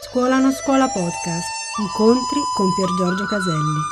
Scuola non scuola podcast. Incontri con Pier Giorgio Caselli.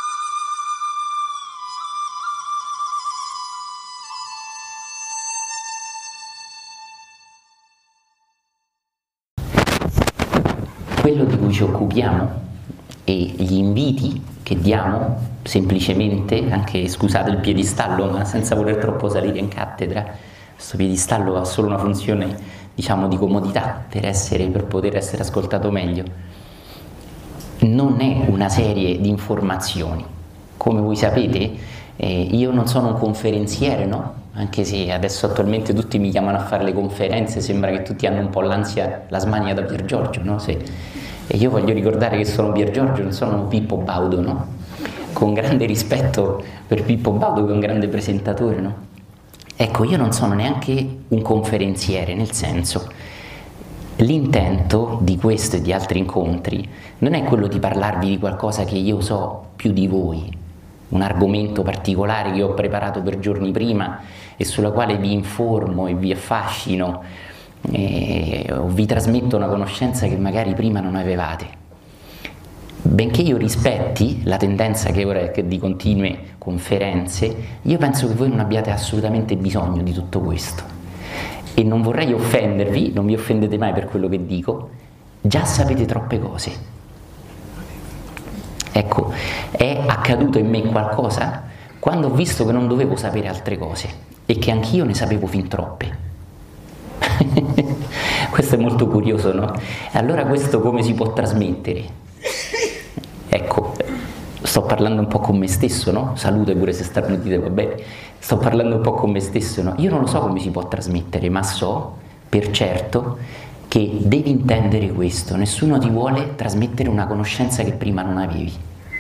Quello di cui ci occupiamo e gli inviti che diamo, semplicemente, anche scusate il piedistallo, ma senza voler troppo salire in cattedra, questo piedistallo ha solo una funzione, diciamo, di comodità per poter essere ascoltato meglio. Non è una serie di informazioni. Come voi sapete, io non sono un conferenziere, no? Anche se adesso attualmente tutti mi chiamano a fare le conferenze, sembra che tutti hanno un po' l'ansia, la smania da Pier Giorgio, no? E io voglio ricordare che sono Pier Giorgio, non sono Pippo Baudo, no? Con grande rispetto per Pippo Baudo, che è un grande presentatore, no? Ecco, io non sono neanche un conferenziere, nel senso, l'intento di questo e di altri incontri non è quello di parlarvi di qualcosa che io so più di voi, un argomento particolare che ho preparato per giorni prima e sulla quale vi informo e vi affascino o vi trasmetto una conoscenza che magari prima non avevate. Benché io rispetti la tendenza che ora è di continue conferenze, io penso che voi non abbiate assolutamente bisogno di tutto questo. E non vorrei offendervi, non vi offendete mai per quello che dico, già sapete troppe cose. Ecco, è accaduto in me qualcosa quando ho visto che non dovevo sapere altre cose e che anch'io ne sapevo fin troppe. Questo è molto curioso, no? Allora questo come si può trasmettere? Ecco, sto parlando un po' con me stesso, no? Salute pure se starnutite, va bene. Sto parlando un po' con me stesso, no? Io non lo so come si può trasmettere, ma so per certo che devi intendere questo. Nessuno ti vuole trasmettere una conoscenza che prima non avevi.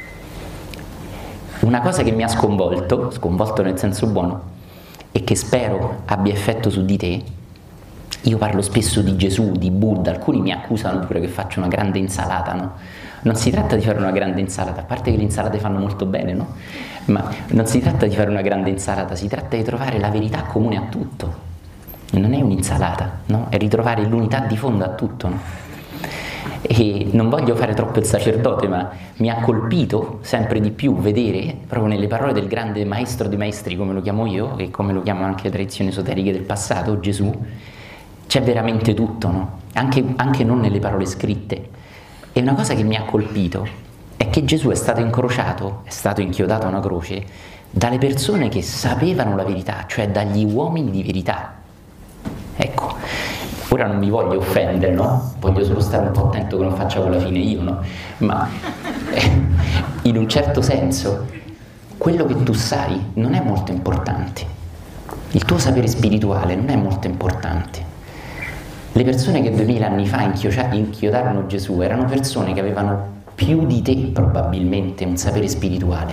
Una cosa che mi ha sconvolto nel senso buono, e che spero abbia effetto su di te, io parlo spesso di Gesù, di Buddha, alcuni mi accusano pure che faccio una grande insalata, no? Non si tratta di fare una grande insalata, a parte che le insalate fanno molto bene, no? Ma non si tratta di fare una grande insalata, si tratta di trovare la verità comune a tutto. Non è un'insalata, no? È ritrovare l'unità di fondo a tutto, no? E non voglio fare troppo il sacerdote, ma mi ha colpito sempre di più vedere, proprio nelle parole del grande maestro dei maestri, come lo chiamo io, e come lo chiamano anche le tradizioni esoteriche del passato, Gesù, c'è veramente tutto, no? Anche non nelle parole scritte. E una cosa che mi ha colpito è che Gesù è stato incrociato, è stato inchiodato a una croce dalle persone che sapevano la verità, cioè dagli uomini di verità. Ecco, ora non mi voglio offendere, no? Voglio solo stare un po' attento che non faccia quella fine io, no? Ma in un certo senso quello che tu sai non è molto importante. Il tuo sapere spirituale non è molto importante. Le persone che 2000 anni fa inchiodarono Gesù erano persone che avevano più di te probabilmente un sapere spirituale.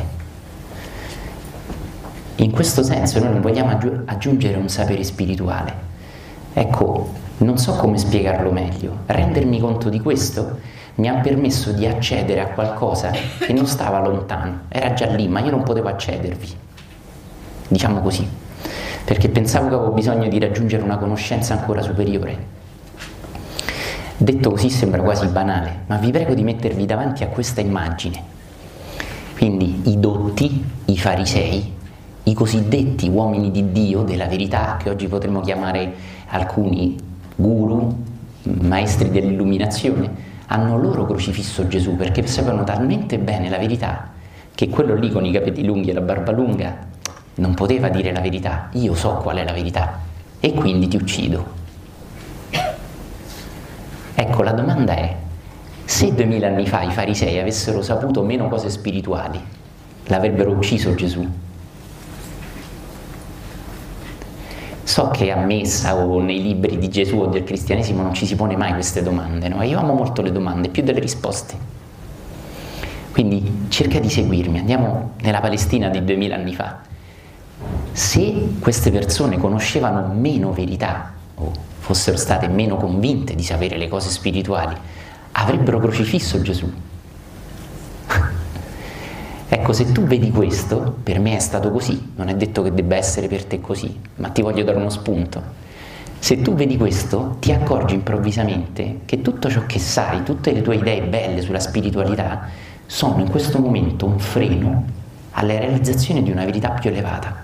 In questo senso noi non vogliamo aggiungere un sapere spirituale. Ecco, non so come spiegarlo meglio. Rendermi conto di questo mi ha permesso di accedere a qualcosa che non stava lontano, era già lì, ma io non potevo accedervi. Diciamo così, perché pensavo che avevo bisogno di raggiungere una conoscenza ancora superiore. Detto così sembra quasi banale, ma vi prego di mettervi davanti a questa immagine. Quindi i dotti, i farisei, i cosiddetti uomini di Dio, della verità, che oggi potremmo chiamare alcuni guru, maestri dell'illuminazione, hanno loro crocifisso Gesù perché sapevano talmente bene la verità che quello lì con i capelli lunghi e la barba lunga non poteva dire la verità. Io so qual è la verità e quindi ti uccido. Ecco, la domanda è, se 2000 anni fa i farisei avessero saputo meno cose spirituali, l'avrebbero ucciso Gesù? So che a messa o nei libri di Gesù o del cristianesimo non ci si pone mai queste domande, no? Io amo molto le domande, più delle risposte. Quindi cerca di seguirmi, andiamo nella Palestina di 2000 anni fa. Se queste persone conoscevano meno verità o fossero state meno convinte di sapere le cose spirituali, avrebbero crocifisso Gesù. Ecco, se tu vedi questo, per me è stato così, non è detto che debba essere per te così, ma ti voglio dare uno spunto. Se tu vedi questo, ti accorgi improvvisamente che tutto ciò che sai, tutte le tue idee belle sulla spiritualità, sono in questo momento un freno alla realizzazione di una verità più elevata.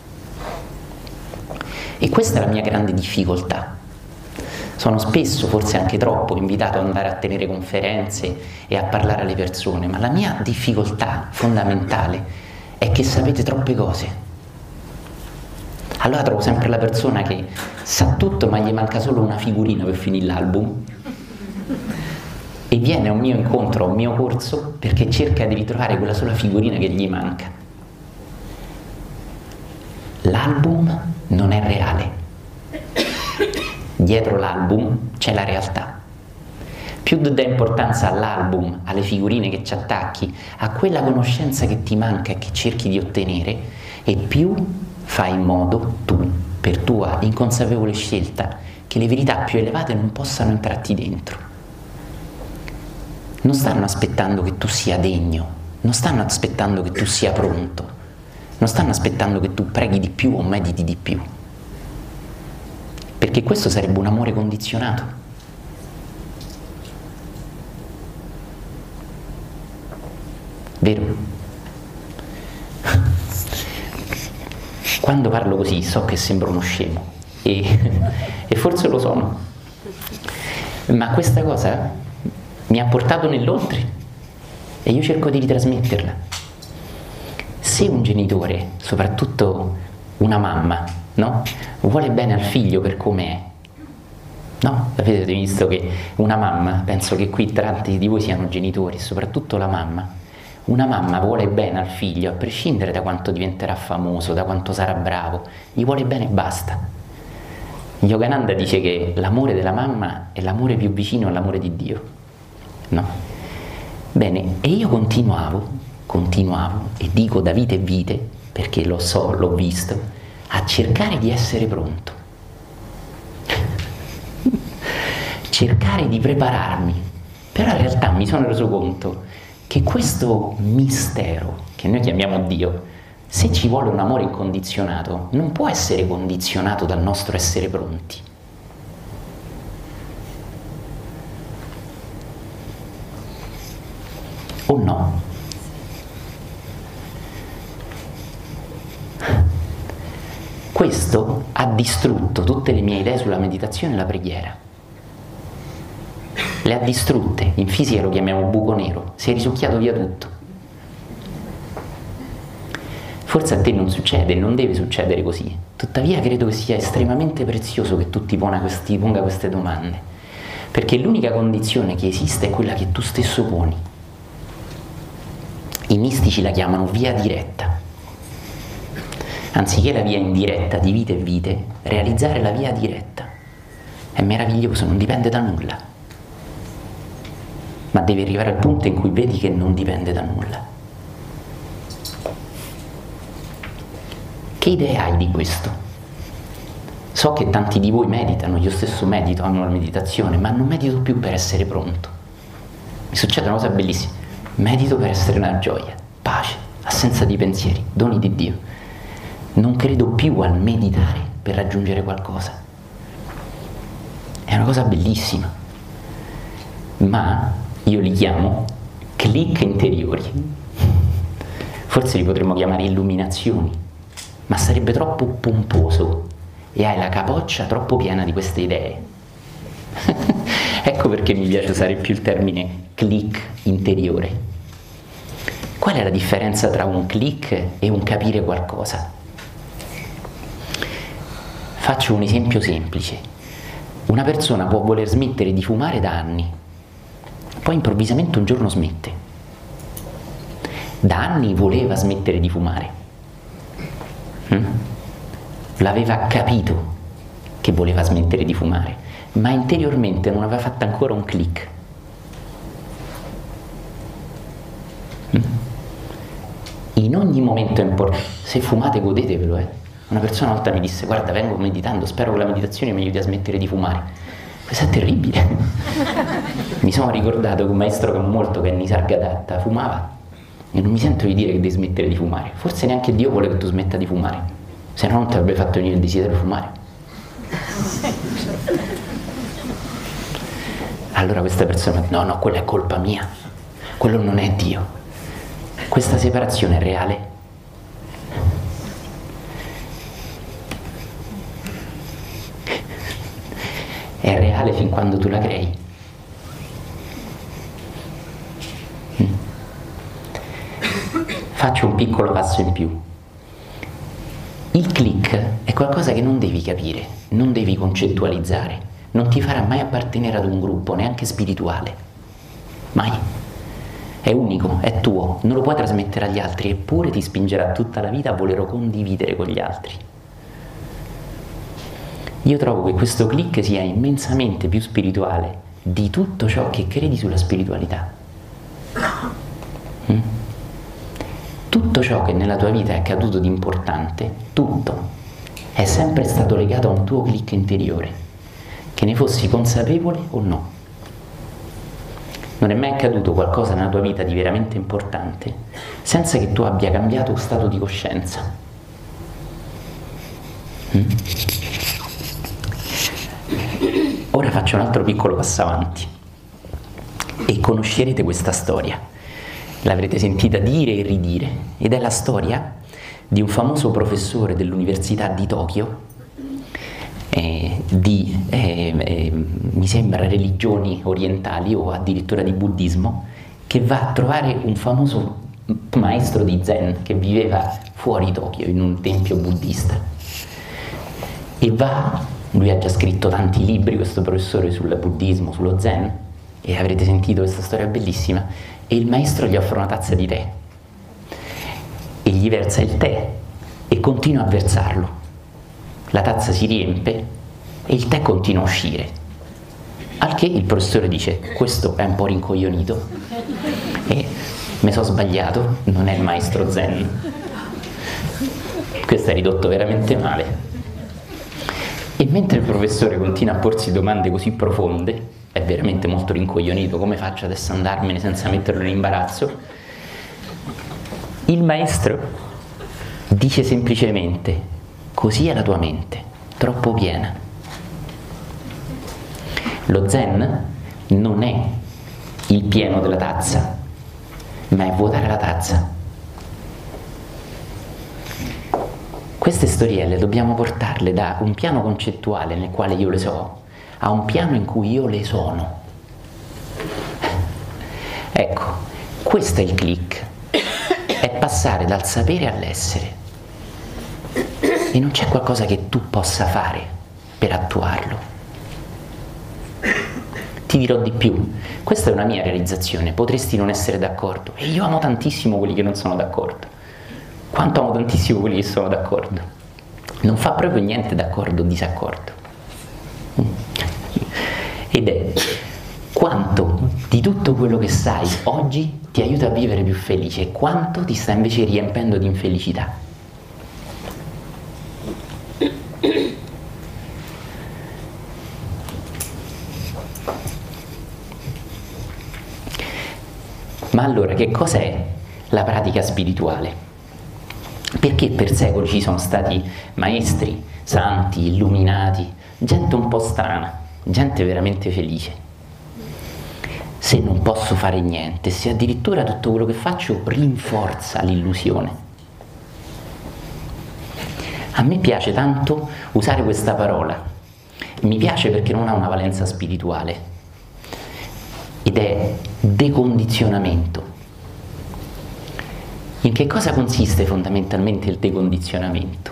E questa è la mia grande difficoltà. Sono spesso, forse anche troppo, invitato ad andare a tenere conferenze e a parlare alle persone, ma la mia difficoltà fondamentale è che sapete troppe cose. Allora trovo sempre la persona che sa tutto ma gli manca solo una figurina per finire l'album e viene a un mio incontro, a un mio corso, perché cerca di ritrovare quella sola figurina che gli manca. L'album non è reale. Dietro l'album c'è la realtà. Più dai importanza all'album, alle figurine che ci attacchi, a quella conoscenza che ti manca e che cerchi di ottenere, e più fai in modo tu, per tua inconsapevole scelta, che le verità più elevate non possano entrarti dentro. Non stanno aspettando che tu sia degno, non stanno aspettando che tu sia pronto, non stanno aspettando che tu preghi di più o mediti di più, perché questo sarebbe un amore condizionato. Vero? Quando parlo così so che sembro uno scemo e forse lo sono, ma questa cosa mi ha portato nell'oltre e io cerco di ritrasmetterla. Se un genitore, soprattutto una mamma, no, vuole bene al figlio per come è, no? Avete visto che una mamma, penso che qui tanti di voi siano genitori, soprattutto la mamma. Una mamma vuole bene al figlio, a prescindere da quanto diventerà famoso, da quanto sarà bravo, gli vuole bene e basta. Yogananda dice che l'amore della mamma è l'amore più vicino all'amore di Dio, no? Bene, e io continuavo, e dico da vite e vite, perché lo so, l'ho visto, a cercare di essere pronto. Cercare di prepararmi, però in realtà mi sono reso conto che questo mistero che noi chiamiamo Dio, se ci vuole un amore incondizionato, non può essere condizionato dal nostro essere pronti. O no? Questo ha distrutto tutte le mie idee sulla meditazione e la preghiera. Le ha distrutte, in fisica lo chiamiamo buco nero, si è risucchiato via tutto. Forse a te non succede, non deve succedere così, tuttavia credo che sia estremamente prezioso che tu ti ponga queste domande, perché l'unica condizione che esiste è quella che tu stesso poni. I mistici la chiamano via diretta. Anziché la via indiretta di vite e vite, realizzare la via diretta. È meraviglioso, non dipende da nulla. Ma devi arrivare al punto in cui vedi che non dipende da nulla. Che idea hai di questo? So che tanti di voi meditano, io stesso medito, amo la meditazione, ma non medito più per essere pronto. Mi succede una cosa bellissima, medito per essere una gioia, pace, assenza di pensieri, doni di Dio. Non credo più al meditare per raggiungere qualcosa. È una cosa bellissima, ma io li chiamo click interiori. Forse li potremmo chiamare illuminazioni, ma sarebbe troppo pomposo e hai la capoccia troppo piena di queste idee. Ecco perché mi piace usare più il termine click interiore. Qual è la differenza tra un click e un capire qualcosa? Faccio un esempio semplice. Una persona può voler smettere di fumare da anni, poi improvvisamente un giorno smette. Da anni voleva smettere di fumare. L'aveva capito che voleva smettere di fumare, ma interiormente non aveva fatto ancora un click. In ogni momento è importante. Se fumate godetevelo, Una persona una volta mi disse: guarda, vengo meditando, spero che la meditazione mi aiuti a smettere di fumare. Questo è terribile. Mi sono ricordato che un maestro che amo molto, che è Nisargadatta, fumava, e non mi sento di dire che devi smettere di fumare. Forse neanche Dio vuole che tu smetta di fumare, se no non ti avrebbe fatto venire il desiderio di fumare. Allora questa persona dice, no, quella è colpa mia, quello non è Dio. Questa separazione è reale? È reale fin quando tu la crei. Faccio un piccolo passo in più. Il click è qualcosa che non devi capire, non devi concettualizzare, non ti farà mai appartenere ad un gruppo, neanche spirituale. Mai. È unico, è tuo, non lo puoi trasmettere agli altri, eppure ti spingerà tutta la vita a volerlo condividere con gli altri. Io trovo che questo click sia immensamente più spirituale di tutto ciò che credi sulla spiritualità. Tutto ciò che nella tua vita è accaduto di importante, tutto, è sempre stato legato a un tuo click interiore, che ne fossi consapevole o no. Non è mai accaduto qualcosa nella tua vita di veramente importante senza che tu abbia cambiato stato di coscienza. Ora faccio un altro piccolo passo avanti e conoscerete questa storia. L'avrete sentita dire e ridire, ed è la storia di un famoso professore dell'Università di Tokyo mi sembra religioni orientali o addirittura di buddismo, che va a trovare un famoso maestro di Zen che viveva fuori Tokyo in un tempio buddista, e lui ha già scritto tanti libri, questo professore, sul buddismo, sullo Zen, e avrete sentito questa storia bellissima, e il maestro gli offre una tazza di tè e gli versa il tè e continua a versarlo. La tazza si riempie e il tè continua a uscire, al che il professore dice: questo è un po' rincoglionito e mi sono sbagliato, non è il maestro Zen, questo è ridotto veramente male. E mentre il professore continua a porsi domande così profonde, è veramente molto rincoglionito, come faccio adesso ad andarmene senza metterlo in imbarazzo, il maestro dice semplicemente: così è la tua mente, troppo piena. Lo Zen non è il pieno della tazza, ma è vuotare la tazza. Queste storielle dobbiamo portarle da un piano concettuale nel quale io le so, a un piano in cui io le sono. Ecco, questo è il click, è passare dal sapere all'essere, e non c'è qualcosa che tu possa fare per attuarlo. Ti dirò di più, questa è una mia realizzazione, potresti non essere d'accordo, e io amo tantissimo quelli che non sono d'accordo, quanto amo tantissimo quelli che sono d'accordo. Non fa proprio niente d'accordo o disaccordo. Ed è quanto di tutto quello che sai oggi ti aiuta a vivere più felice e quanto ti sta invece riempendo di infelicità. Ma allora, che cos'è la pratica spirituale? Perché per secoli ci sono stati maestri, santi, illuminati, gente un po' strana, gente veramente felice. Se non posso fare niente, se addirittura tutto quello che faccio rinforza l'illusione. A me piace tanto usare questa parola, mi piace perché non ha una valenza spirituale, ed è decondizionamento. In che cosa consiste fondamentalmente il decondizionamento?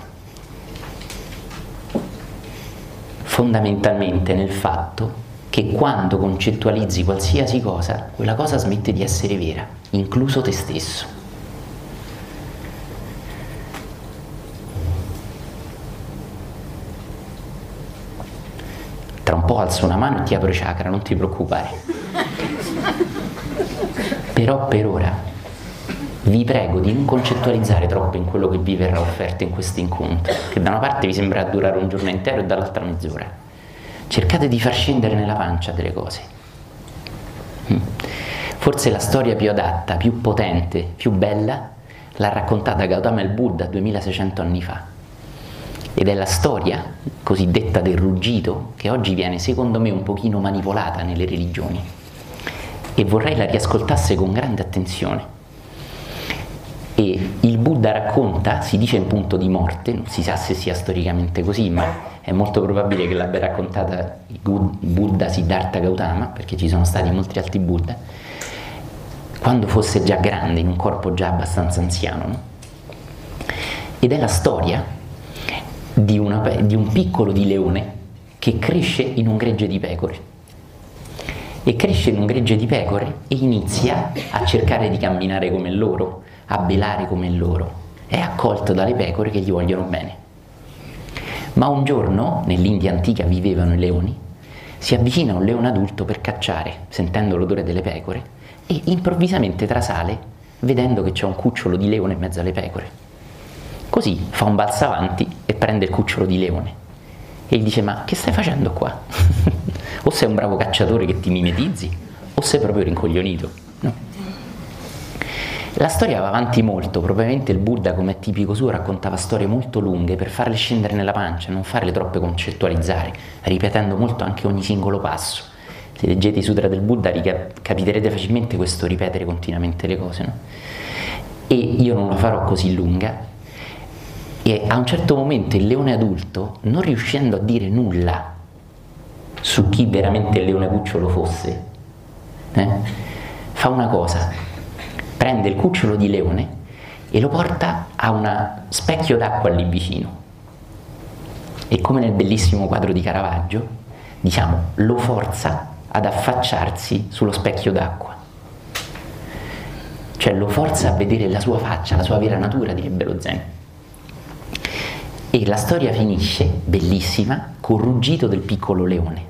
Fondamentalmente nel fatto che quando concettualizzi qualsiasi cosa, quella cosa smette di essere vera, incluso te stesso. Tra un po' alzo una mano e ti apro i chakra, non ti preoccupare. Però per ora vi prego di non concettualizzare troppo in quello che vi verrà offerto in questo incontro, che da una parte vi sembra durare un giorno intero e dall'altra mezz'ora. Cercate di far scendere nella pancia delle cose. Forse la storia più adatta, più potente, più bella l'ha raccontata Gautama il Buddha 2600 anni fa, ed è la storia cosiddetta del ruggito, che oggi viene secondo me un pochino manipolata nelle religioni, e vorrei la riascoltasse con grande attenzione. E il Buddha racconta, si dice in punto di morte, non si sa se sia storicamente così, ma è molto probabile che l'abbia raccontata il Buddha Siddhartha Gautama, perché ci sono stati molti altri Buddha, quando fosse già grande, in un corpo già abbastanza anziano, no? Ed è la storia di un piccolo di leone che cresce in un gregge di pecore. E cresce in un gregge di pecore e inizia a cercare di camminare come loro, a belare come loro. È accolto dalle pecore che gli vogliono bene. Ma un giorno, nell'India antica vivevano i leoni, si avvicina un leone adulto per cacciare, sentendo l'odore delle pecore, e improvvisamente trasale, vedendo che c'è un cucciolo di leone in mezzo alle pecore. Così fa un balzo avanti e prende il cucciolo di leone. E gli dice: ma che stai facendo qua? O sei un bravo cacciatore che ti mimetizzi, o sei proprio rincoglionito, no? La storia va avanti molto, probabilmente il Buddha, come è tipico suo, raccontava storie molto lunghe per farle scendere nella pancia, non farle troppe concettualizzare, ripetendo molto anche ogni singolo passo. Se leggete i sutra del Buddha capiterete facilmente questo ripetere continuamente le cose, no? E io non la farò così lunga, e a un certo momento il leone adulto, non riuscendo a dire nulla su chi veramente il leone cucciolo fosse, fa una cosa: prende il cucciolo di leone e lo porta a un specchio d'acqua lì vicino, e come nel bellissimo quadro di Caravaggio, diciamo, lo forza ad affacciarsi sullo specchio d'acqua, cioè lo forza a vedere la sua faccia, la sua vera natura, direbbe lo Zen. E la storia finisce, bellissima, col ruggito del piccolo leone.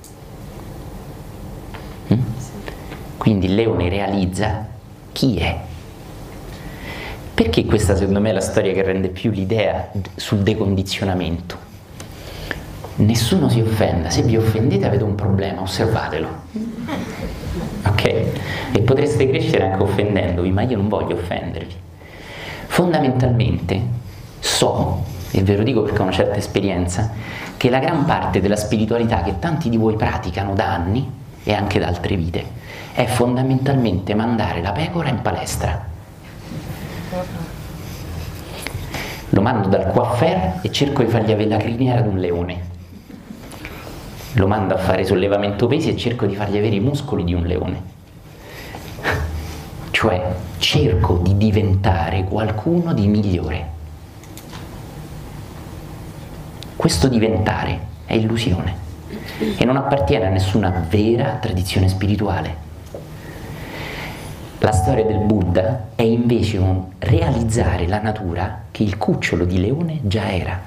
Quindi il leone realizza chi è. Perché questa secondo me è la storia che rende più l'idea sul decondizionamento. Nessuno si offenda, se vi offendete avete un problema, osservatelo. Ok? E potreste crescere anche offendendovi, ma io non voglio offendervi. Fondamentalmente so, e ve lo dico perché ho una certa esperienza, che la gran parte della spiritualità che tanti di voi praticano da anni e anche da altre vite è fondamentalmente mandare la pecora in palestra. Lo mando dal coiffeur e cerco di fargli avere la criniera di un leone. Lo mando a fare sollevamento pesi e cerco di fargli avere i muscoli di un leone. Cioè cerco di diventare qualcuno di migliore. Questo diventare è illusione e non appartiene a nessuna vera tradizione spirituale. La storia del Buddha è invece un realizzare la natura che il cucciolo di leone già era.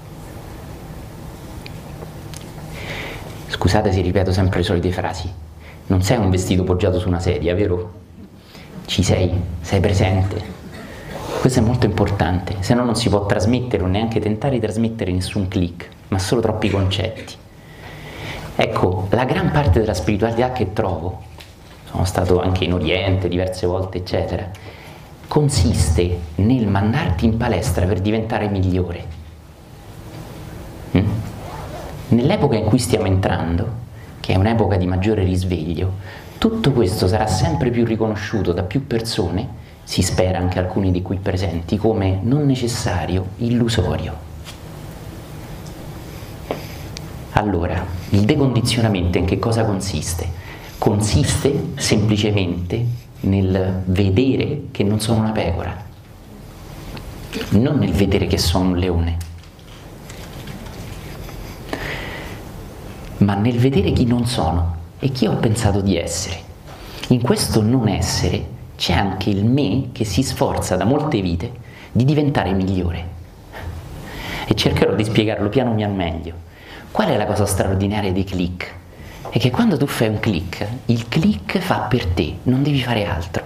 Scusate se ripeto sempre le solite frasi. Non sei un vestito poggiato su una sedia, vero? Ci sei? Sei presente? Questo è molto importante, se no non si può trasmettere o neanche tentare di trasmettere nessun click, ma solo troppi concetti. Ecco, la gran parte della spiritualità che trovo, sono stato anche in Oriente diverse volte, eccetera, consiste nel mandarti in palestra per diventare migliore. Nell'epoca in cui stiamo entrando, che è un'epoca di maggiore risveglio, tutto questo sarà sempre più riconosciuto da più persone, si spera anche alcuni di qui presenti, come non necessario, illusorio. Allora, il decondizionamento in che cosa consiste? Consiste semplicemente nel vedere che non sono una pecora, non nel vedere che sono un leone, ma nel vedere chi non sono e chi ho pensato di essere. In questo non essere c'è anche il me che si sforza da molte vite di diventare migliore. E cercherò di spiegarlo piano piano meglio. Qual è la cosa straordinaria dei click? È che quando tu fai un click, il click fa per te, non devi fare altro.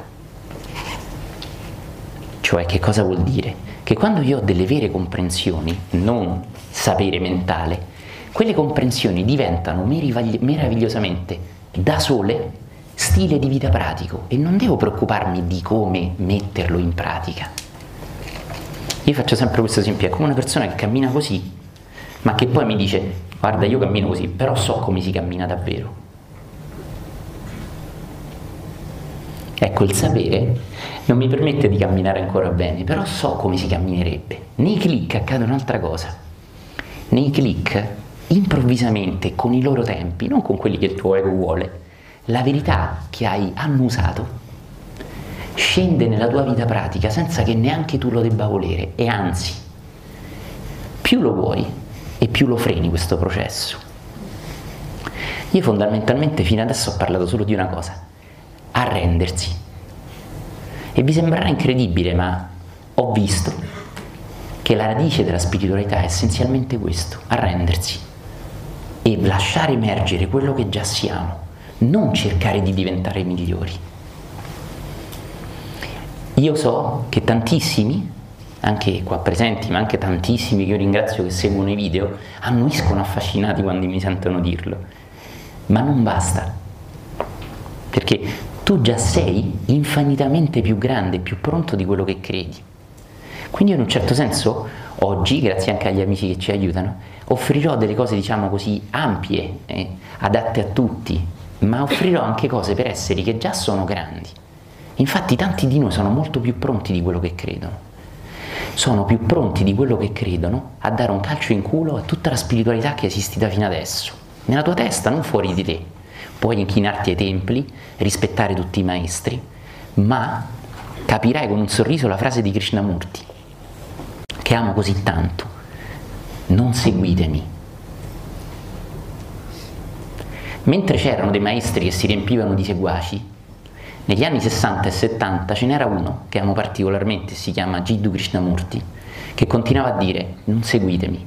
Cioè, che cosa vuol dire? Che quando io ho delle vere comprensioni, non sapere mentale, quelle comprensioni diventano meravigliosamente da sole stile di vita pratico e non devo preoccuparmi di come metterlo in pratica. Io faccio sempre questo esempio, è come una persona che cammina così, ma che poi mi dice, guarda, io cammino così, però so come si cammina davvero. Ecco, il sapere non mi permette di camminare ancora bene, però so come si camminerebbe. Nei click accade un'altra cosa. Nei click, improvvisamente, con i loro tempi, non con quelli che il tuo ego vuole, la verità che hai annusato scende nella tua vita pratica senza che neanche tu lo debba volere, e anzi, più lo vuoi e più lo freni questo processo. Io fondamentalmente fino adesso ho parlato solo di una cosa: arrendersi. E vi sembrerà incredibile, ma ho visto che la radice della spiritualità è essenzialmente questo: arrendersi e lasciare emergere quello che già siamo, non cercare di diventare migliori. Io so che tantissimi, anche qua presenti, ma anche tantissimi che io ringrazio che seguono i video, annuiscono affascinati quando mi sentono dirlo, ma non basta, perché tu già sei infinitamente più grande, più pronto di quello che credi. Quindi io in un certo senso oggi, grazie anche agli amici che ci aiutano, offrirò delle cose, diciamo così, ampie, adatte a tutti, ma offrirò anche cose per esseri che già sono grandi. Infatti tanti di noi sono molto più pronti di quello che credono. Sono più pronti di quello che credono a dare un calcio in culo a tutta la spiritualità che è esistita fino adesso. Nella tua testa, non fuori di te. Puoi inchinarti ai templi, rispettare tutti i maestri, ma capirai con un sorriso la frase di Krishnamurti, che amo così tanto: non seguitemi. Mentre c'erano dei maestri che si riempivano di seguaci, negli anni 60 e 70 ce n'era uno che amo particolarmente, si chiama Jiddu Krishnamurti, che continuava a dire: non seguitemi.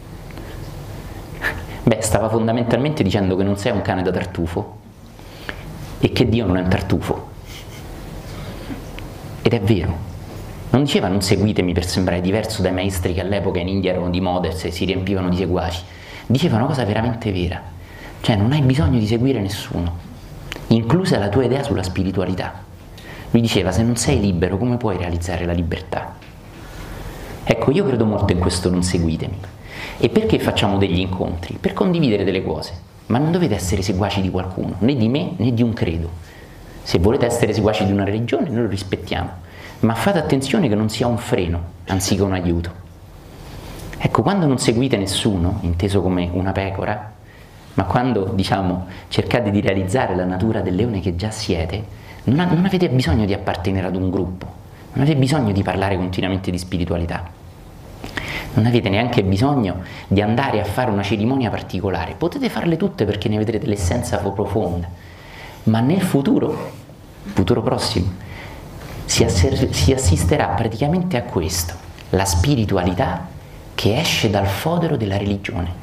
Beh, stava fondamentalmente dicendo che non sei un cane da tartufo e che Dio non è un tartufo. Ed è vero. Non diceva non seguitemi per sembrare diverso dai maestri che all'epoca in India erano di moda e si riempivano di seguaci. Diceva una cosa veramente vera. Cioè non hai bisogno di seguire nessuno, inclusa la tua idea sulla spiritualità. Lui diceva: se non sei libero, come puoi realizzare la libertà? Ecco, io credo molto in questo non seguitemi. E perché facciamo degli incontri? Per condividere delle cose, ma non dovete essere seguaci di qualcuno, né di me né di un credo. Se volete essere seguaci di una religione, noi lo rispettiamo, ma fate attenzione che non sia un freno, anziché un aiuto. Ecco, quando non seguite nessuno, inteso come una pecora, ma quando, diciamo, cercate di realizzare la natura del leone che già siete, non avete bisogno di appartenere ad un gruppo, non avete bisogno di parlare continuamente di spiritualità. Non avete neanche bisogno di andare a fare una cerimonia particolare, potete farle tutte perché ne vedrete l'essenza profonda, ma nel futuro prossimo, si assisterà praticamente a questo: la spiritualità che esce dal fodero della religione.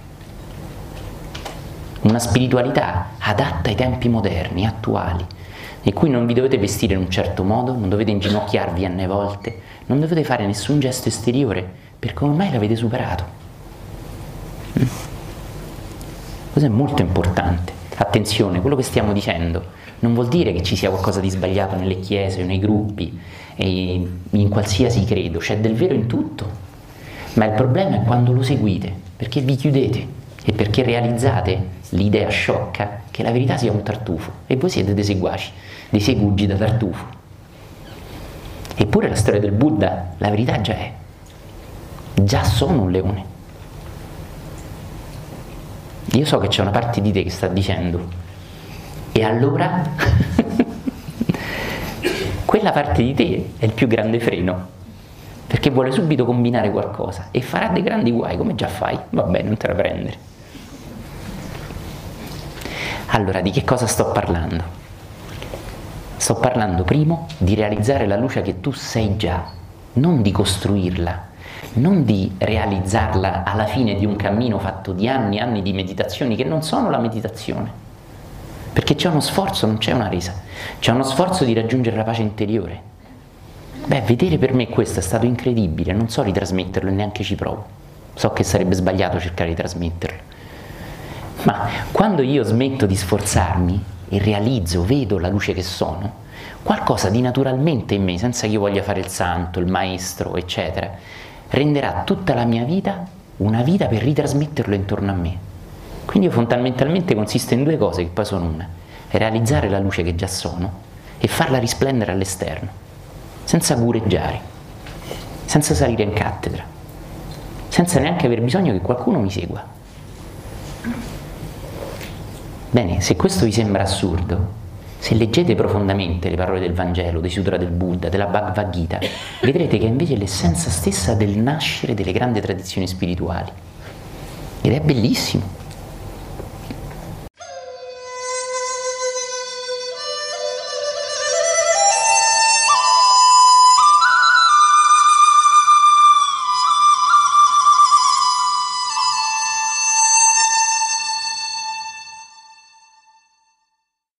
Una spiritualità adatta ai tempi moderni, attuali, in cui non vi dovete vestire in un certo modo, non dovete inginocchiarvi n volte, non dovete fare nessun gesto esteriore, perché ormai l'avete superato. Questo è molto importante. Attenzione, quello che stiamo dicendo non vuol dire che ci sia qualcosa di sbagliato nelle chiese o nei gruppi e in qualsiasi credo, c'è del vero in tutto, ma il problema è quando lo seguite, perché vi chiudete e perché realizzate l'idea sciocca che la verità sia un tartufo e voi siete dei seguaci, dei segugi da tartufo. Eppure la storia del Buddha, la verità già sono un leone. Io so che c'è una parte di te che sta dicendo: e allora? Quella parte di te è il più grande freno, perché vuole subito combinare qualcosa e farà dei grandi guai, come già fai. Vabbè, non te la prendere. Allora, di che cosa sto parlando? Sto parlando primo di realizzare la luce che tu sei già, non di costruirla, non di realizzarla alla fine di un cammino fatto di anni e anni di meditazioni che non sono la meditazione, perché c'è uno sforzo, non c'è una resa, c'è uno sforzo di raggiungere la pace interiore. Beh, vedere per me questo è stato incredibile, non so ritrasmetterlo e neanche ci provo, so che sarebbe sbagliato cercare di trasmetterlo, ma quando io smetto di sforzarmi e realizzo, vedo la luce che sono, qualcosa di naturalmente in me, senza che io voglia fare il santo, il maestro, eccetera, renderà tutta la mia vita una vita per ritrasmetterlo intorno a me. Quindi io fondamentalmente consiste in due cose che poi sono una: realizzare la luce che già sono e farla risplendere all'esterno, senza gureggiare, senza salire in cattedra, senza neanche aver bisogno che qualcuno mi segua. Bene, se questo vi sembra assurdo, se leggete profondamente le parole del Vangelo, dei Sutra del Buddha, della Bhagavad Gita, vedrete che è invece l'essenza stessa del nascere delle grandi tradizioni spirituali. Ed è bellissimo.